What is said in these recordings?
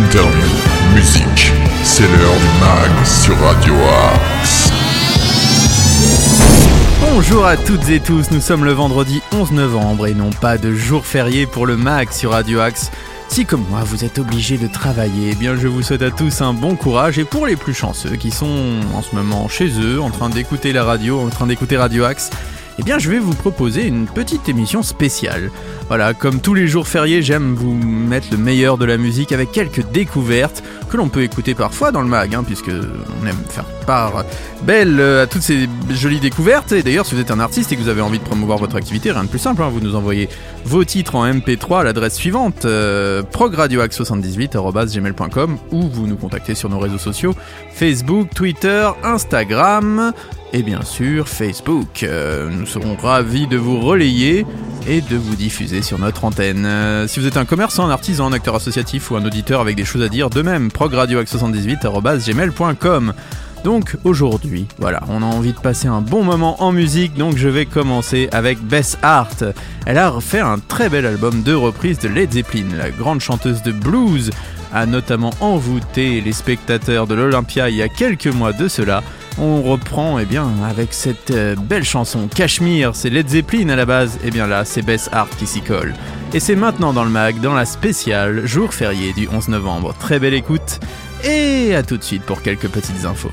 interview, musique, c'est l'heure du mag sur Radio Axe. Bonjour à toutes et tous, nous sommes le vendredi 11 novembre et non pas de jour férié pour le mag sur Radio Axe. Si comme moi vous êtes obligés de travailler, eh bien je vous souhaite à tous un bon courage, et pour les plus chanceux qui sont en ce moment chez eux, en train d'écouter Radio Axe, eh bien je vais vous proposer une petite émission spéciale. Voilà, comme tous les jours fériés, j'aime vous mettre le meilleur de la musique avec quelques découvertes que l'on peut écouter parfois dans le mag, puisque on aime faire part belle à toutes ces jolies découvertes. Et d'ailleurs, si vous êtes un artiste et que vous avez envie de promouvoir votre activité, rien de plus simple, vous nous envoyez vos titres en MP3 à l'adresse suivante, progradioaxe78@gmail.com, ou vous nous contactez sur nos réseaux sociaux, Facebook, Twitter, Instagram, et bien sûr Facebook. Nous serons ravis de vous relayer et de vous diffuser sur notre antenne. Si vous êtes un commerçant, un artisan, un acteur associatif ou un auditeur avec des choses à dire, de même, progradioaxe78@gmail.com. Donc aujourd'hui, voilà, on a envie de passer un bon moment en musique, donc je vais commencer avec Bess Hart. Elle a fait un très bel album de reprise de Led Zeppelin. La grande chanteuse de blues a notamment envoûté les spectateurs de l'Olympia il y a quelques mois de cela. On reprend avec cette belle chanson Cashmere, c'est Led Zeppelin à la base, et bien là c'est Bess Hart qui s'y colle. Et c'est maintenant dans le mag, dans la spéciale jour férié du 11 novembre. Très belle écoute, et à tout de suite pour quelques petites infos.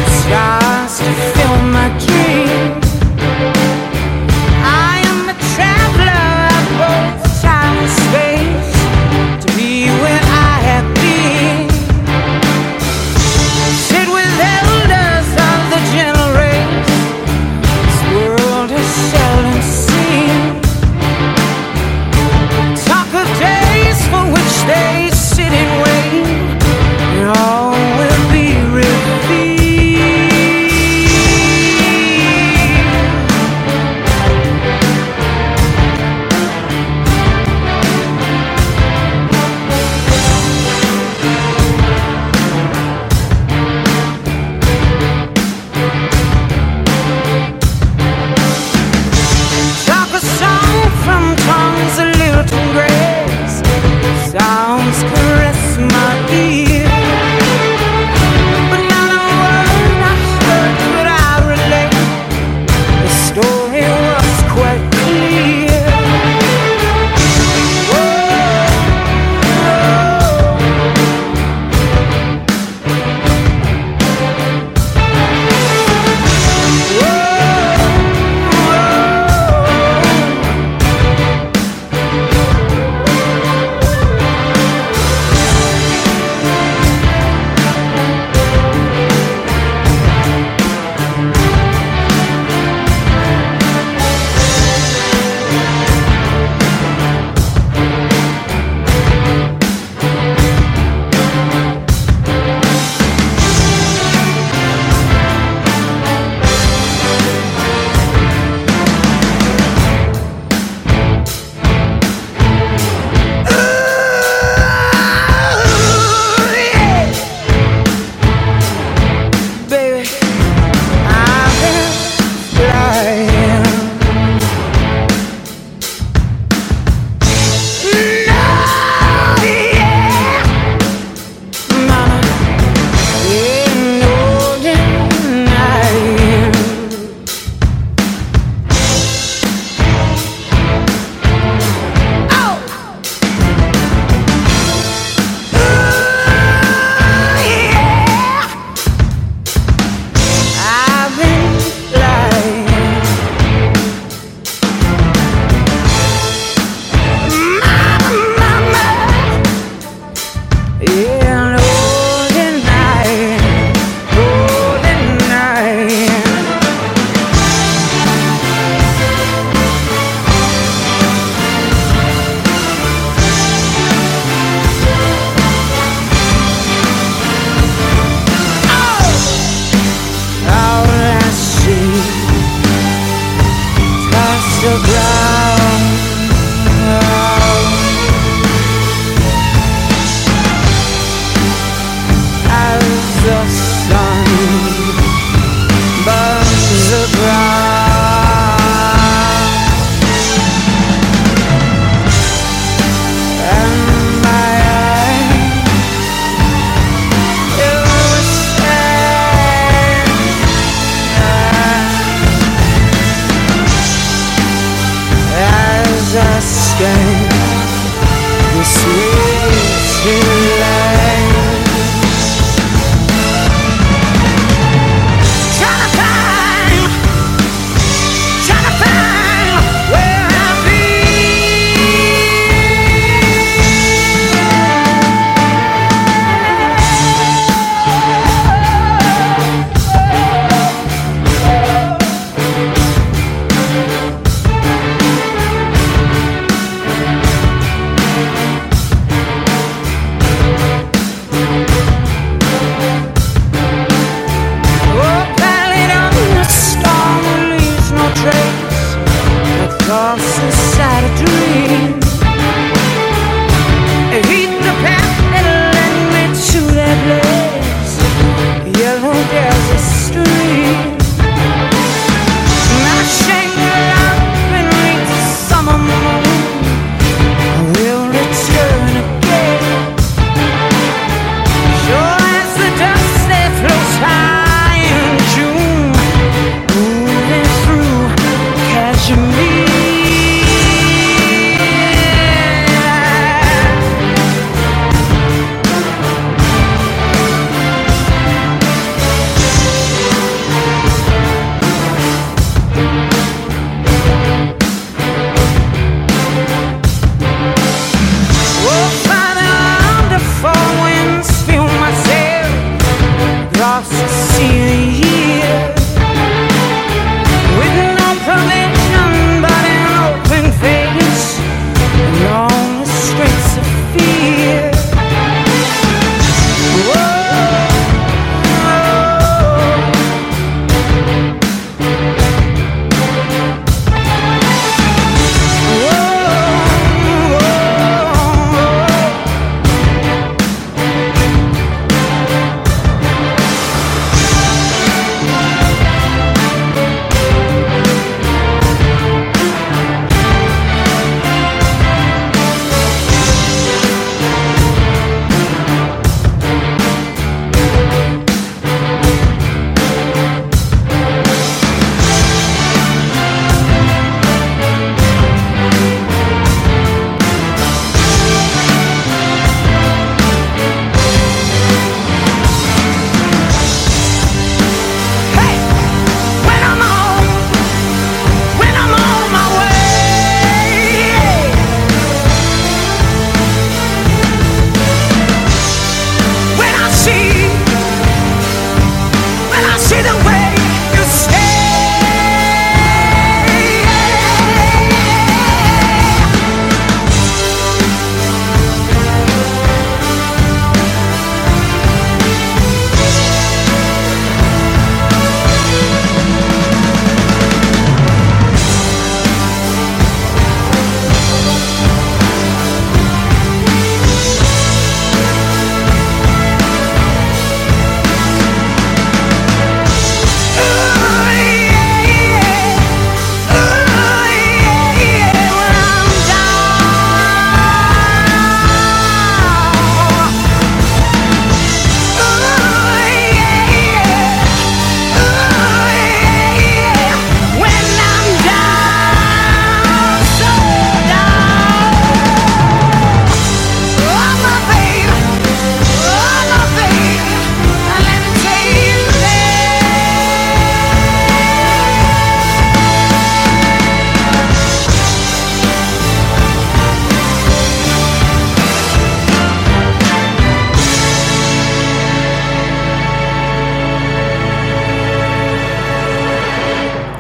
I am a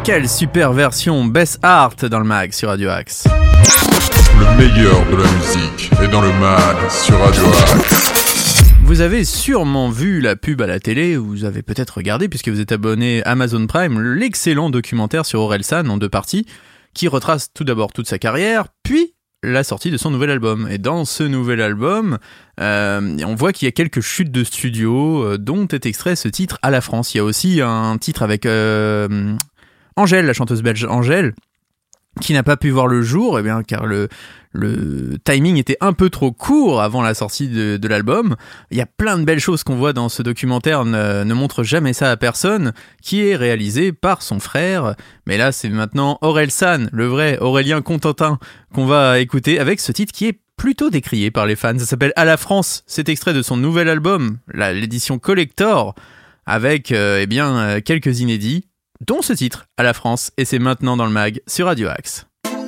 Quelle super version Best Art dans le mag sur Radio Axe. Le meilleur de la musique est dans le mag sur Radio Axe. Vous avez sûrement vu la pub à la télé, ou vous avez peut-être regardé, puisque vous êtes abonné Amazon Prime, l'excellent documentaire sur Orelsan en 2 parties, qui retrace tout d'abord toute sa carrière, puis la sortie de son nouvel album. Et dans ce nouvel album, on voit qu'il y a quelques chutes de studio, dont est extrait ce titre À la France. Il y a aussi un titre avec Angèle, la chanteuse belge Angèle, qui n'a pas pu voir le jour, car le timing était un peu trop court avant la sortie de l'album. Il y a plein de belles choses qu'on voit dans ce documentaire, ne montre jamais ça à personne, qui est réalisé par son frère. Mais là, c'est maintenant Orelsan, le vrai Aurélien Contentin, qu'on va écouter avec ce titre qui est plutôt décrié par les fans. Ça s'appelle À la France, c'est extrait de son nouvel album, l'édition Collector, avec quelques inédits, dont ce titre, À la France, et c'est maintenant dans le mag sur Radio Axe.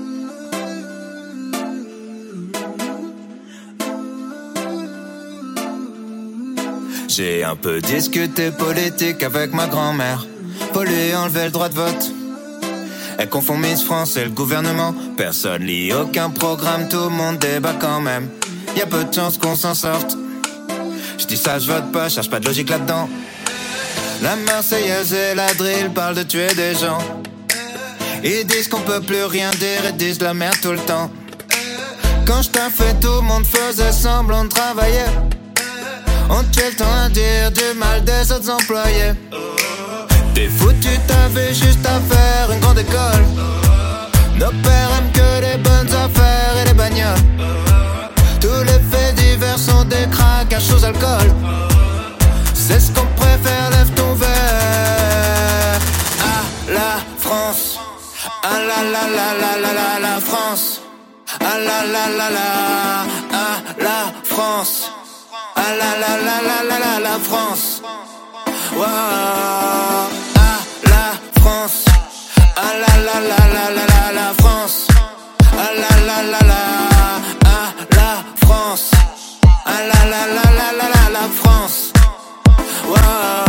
J'ai un peu discuté politique avec ma grand-mère. Pour lui enlever le droit de vote. Elle confond Miss France et le gouvernement. Personne lit aucun programme, tout le monde débat quand même. Y'a peu de chance qu'on s'en sorte. J'dis ça, j'vote pas, cherche pas de logique là-dedans. La Marseillaise et la drill parlent de tuer des gens. Ils disent qu'on peut plus rien dire et disent de la merde tout le temps. Quand j'taffais, tout le monde faisait semblant de travailler. On tuait le temps à dire du mal des autres employés. T'es foutu, t'avais juste à faire une grande école. Nos pères aiment que les bonnes affaires et les bagnoles. Tous les faits divers sont des craquages sous alcool. C'est ce qu'on préfère, lève ton verre. À la France. Ah la la la la la la la France. Ah la la la la. Ah la France. Ah la la la la la la la France. Wow. Ah la France. Ah la la la la la la la France. Ah la la la la. Ah la France. Ah la la la la la la la France. Wow.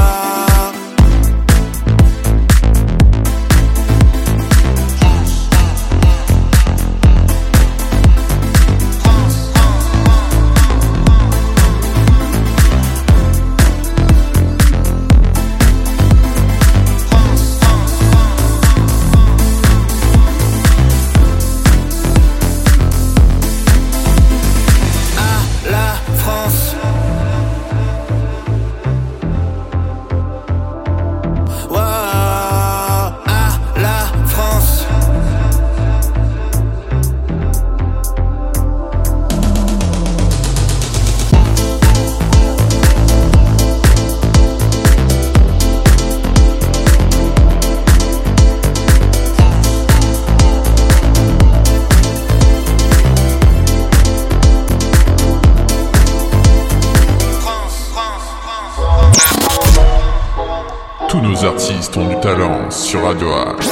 Tous nos artistes ont du talent sur Radio Axe.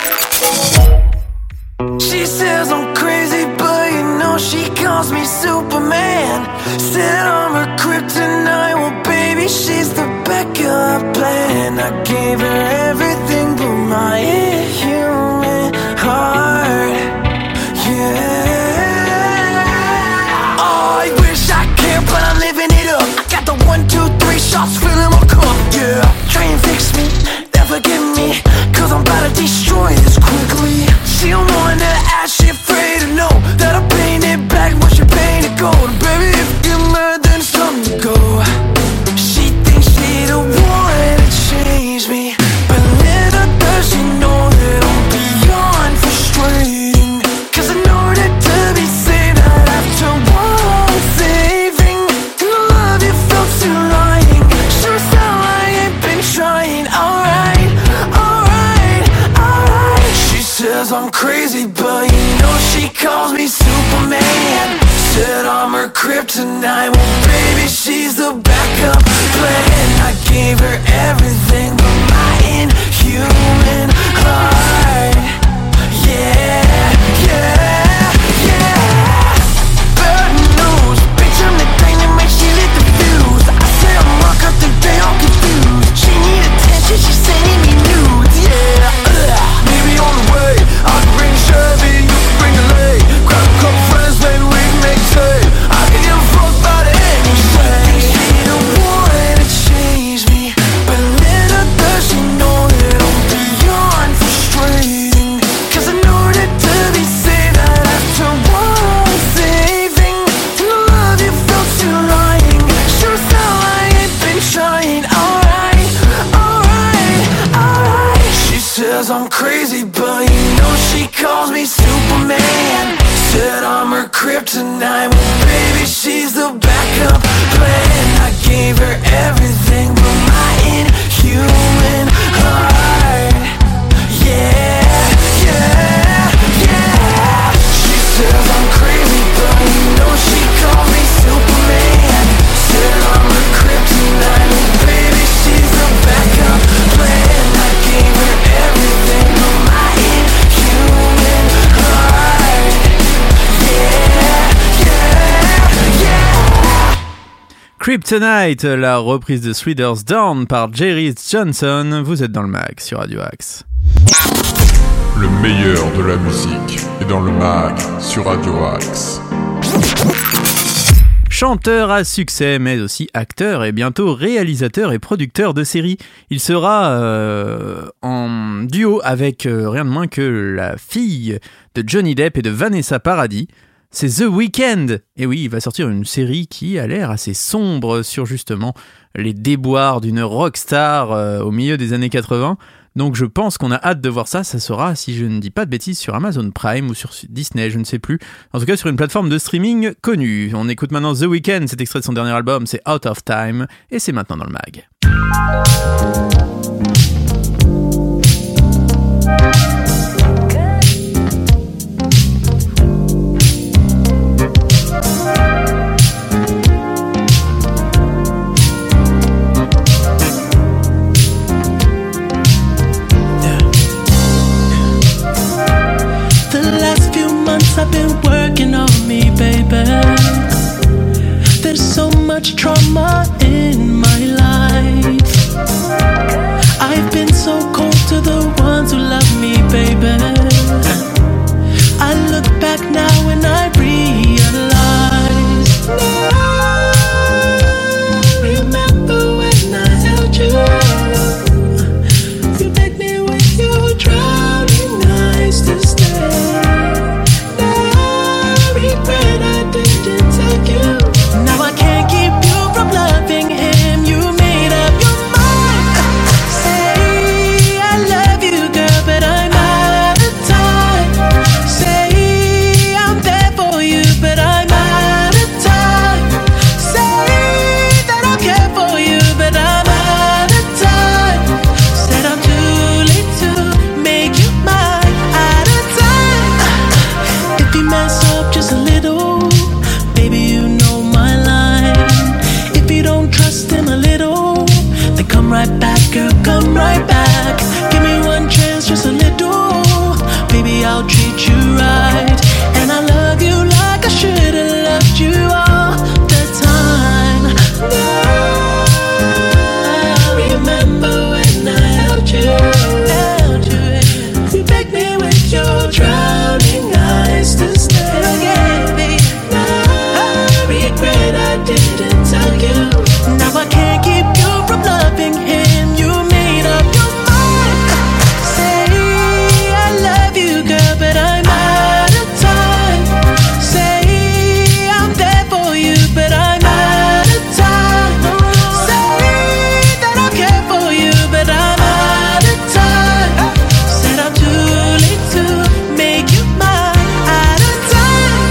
She says I'm crazy, but you know she calls me Superman. Said I'm her kryptonite, well baby she's the backup plan. I gave her everything but my inhuman heart. Yeah. Oh, I wish I could, but I'm living it up. I got the 1, 2, 3 shots filling my cup. Yeah. Try and fix me, never get me, cause I'm about to destroy this quickly. She don't wanna ask, she afraid to know that I painted black when she painted gold. Baby, if you're mad, then it's time to go. She thinks she the one to change me, but little does she know that I'm beyond frustrating. Cause in order to be saved, I'd have to want saving. And the love you felt too lying, sure sound like I've been trying. Alright, alright, alright. She says I'm crazy, but you know she calls me Superman. Said I'm her kryptonite, well baby she's the backup plan. I gave her everything but my inhuman heart. Yeah, yeah, yeah. Bad news, bitch I'm the dynamite, she lit the fuse. I said I'm rock up the day all confused. She need attention, she's sending me nudes, yeah. time. Well, baby, she's the backup plan. I gave her everything but my inhuman heart. Yeah, yeah, yeah. She says I'm crazy, but you know she called me Superman. Said I'm a kryptonite, and baby, she's the backup plan. I gave her everything but my inhuman heart. Yeah, yeah, yeah. Kryptonite, la reprise de Three Doors Down par Jerry Johnson. Vous êtes dans le mag sur Radio Axe. Le meilleur de la musique est dans le mag sur Radio Axe. Chanteur à succès, mais aussi acteur et bientôt réalisateur et producteur de séries. Il sera en duo avec rien de moins que la fille de Johnny Depp et de Vanessa Paradis. C'est The Weeknd. Et oui, il va sortir une série qui a l'air assez sombre sur justement les déboires d'une rockstar au milieu des années 80. Donc je pense qu'on a hâte de voir ça. Ça sera, si je ne dis pas de bêtises, sur Amazon Prime ou sur Disney, je ne sais plus. En tout cas, sur une plateforme de streaming connue. On écoute maintenant The Weeknd, cet extrait de son dernier album, c'est Out of Time, et c'est maintenant dans le mag. I've been working on me, baby. There's so much trauma in my life. I've been so cold to the ones who love me, baby. I look back now and I realize. Remember when I held you? You begged me with your drowning eyes to stay. Now I can't keep you from loving him. You made up your mind. Say I love you, girl, but I'm out of time. Say I'm there for you, but I'm out of time. Say that I care for you, but I'm out of time. Said I'm too late to make you mine. Out of time. If you mess up just a little, baby, you know my line. If you don't trust him a little, then come right back, girl, come right back. Give me one chance, just a little. Baby, I'll treat you right. And I love you like I should've loved you all the time. Now, remember when I held you? You begged me with your drowning eyes to stay again, baby. Regret I didn't tell you. Now I can't keep you from loving him. You made up your mind. Say I love you, girl, but I'm out of time. Say I'm there for you, but I'm out of time. Say that I care for you, but I'm out of time. Said I'm too late to make you mine. Out of time.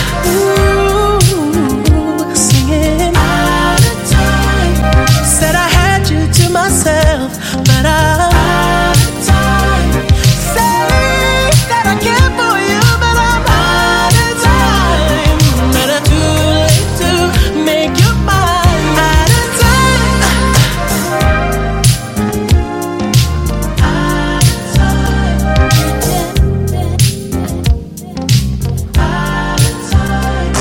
Ooh, singing out of time. Said I had you to myself, but I'm out of time. Say that I care for you, but I'm out of time. But I'm too late to make you mine. Out of time. Out of time. Out of time.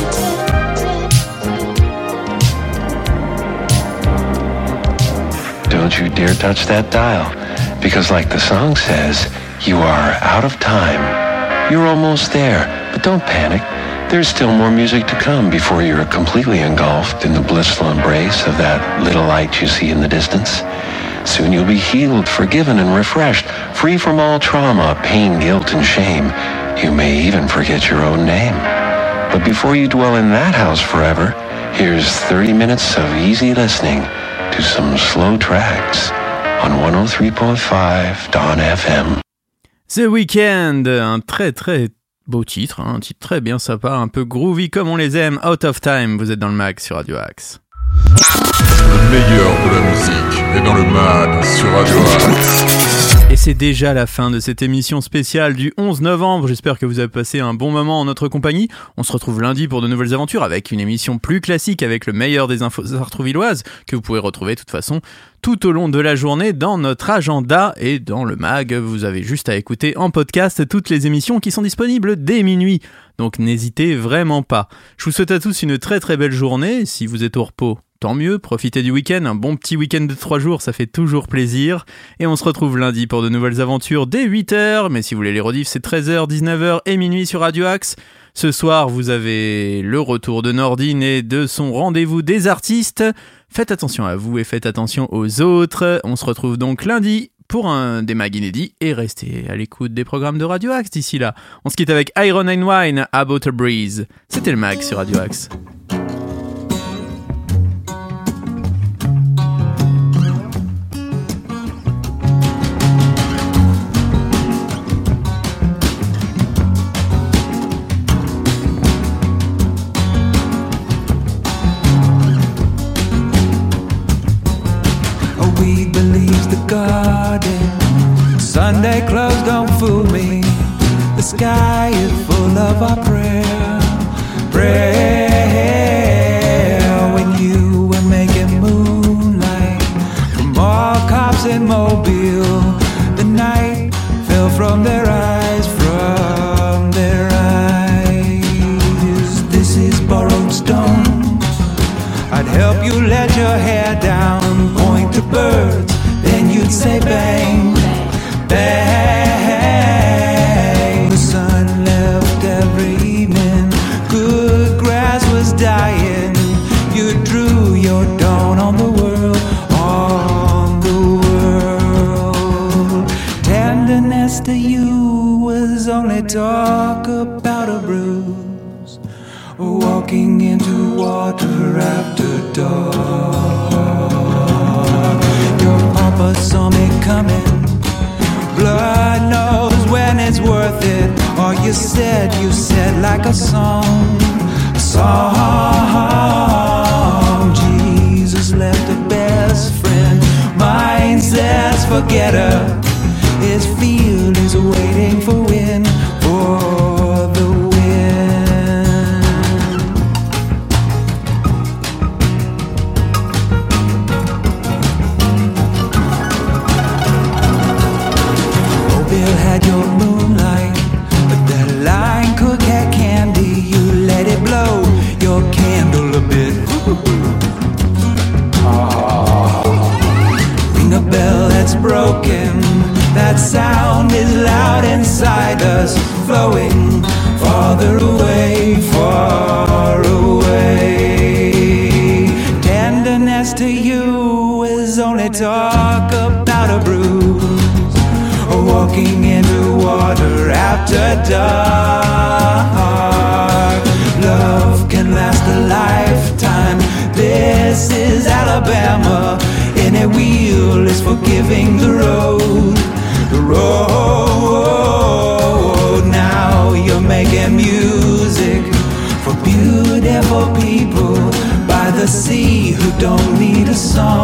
Don't you dare touch that dial, because like the song says, you are out of time. You're almost there, but don't panic. There's still more music to come before you're completely engulfed in the blissful embrace of that little light you see in the distance. Soon you'll be healed, forgiven, and refreshed, free from all trauma, pain, guilt, and shame. You may even forget your own name. But before you dwell in that house forever, here's 30 minutes of easy listening to some slow tracks on 103.5 Dawn FM. The Weeknd, un très très Beau titre, hein, un titre très bien sympa, un peu groovy comme on les aime. Out of Time, vous êtes dans le mag sur Radio Axe. Le meilleur de la musique est dans le mag sur Radio Axe. Et c'est déjà la fin de cette émission spéciale du 11 novembre. J'espère que vous avez passé un bon moment en notre compagnie. On se retrouve lundi pour de nouvelles aventures avec une émission plus classique avec le meilleur des infos sartrouvilloises que vous pouvez retrouver de toute façon tout au long de la journée dans notre agenda et dans le mag. Vous avez juste à écouter en podcast toutes les émissions qui sont disponibles dès minuit. Donc n'hésitez vraiment pas. Je vous souhaite à tous une très très belle journée. Si vous êtes au repos, tant mieux, profitez du week-end, un bon petit week-end de 3 jours, ça fait toujours plaisir. Et on se retrouve lundi pour de nouvelles aventures dès 8h, mais si vous voulez les rediffs, c'est 13h, 19h et minuit sur Radio Axe. Ce soir, vous avez le retour de Nordine et de son rendez-vous des artistes. Faites attention à vous et faites attention aux autres. On se retrouve donc lundi pour un des mags inédits et restez à l'écoute des programmes de Radio Axe d'ici là. On se quitte avec Iron and Wine, About a Breeze. C'était le mag sur Radio Axe. Sunday clothes don't fool me. The sky is full of our prayer. When you were making moonlight from all cops in Mobile, the night fell from their eyes, from their eyes. This is borrowed stone. I'd help you let your hair down, point to birds, then you'd say bang, bang. The sun left every evening, good grass was dying. You drew your dawn on the world, on the world. Tenderness to you was only talk about a bruise, walking into water after dark. Your papa saw me coming, blood knows when it's worth it. Or you said like a song, a song. Jesus left a best friend, mine says forget her. His field is waiting for wind, for the wind. Bill had your moonlight, but that line cook had candy. You let it blow your candle a bit. Ring a bell that's broken. That sound is loud inside us, flowing farther away, far away. Tenderness to you is only talk about a bruise, walking into water after dark. Love can last a lifetime. This is Alabama. Any wheel is forgiving the road. The road. Now you're making music for beautiful people by the sea who don't need a song.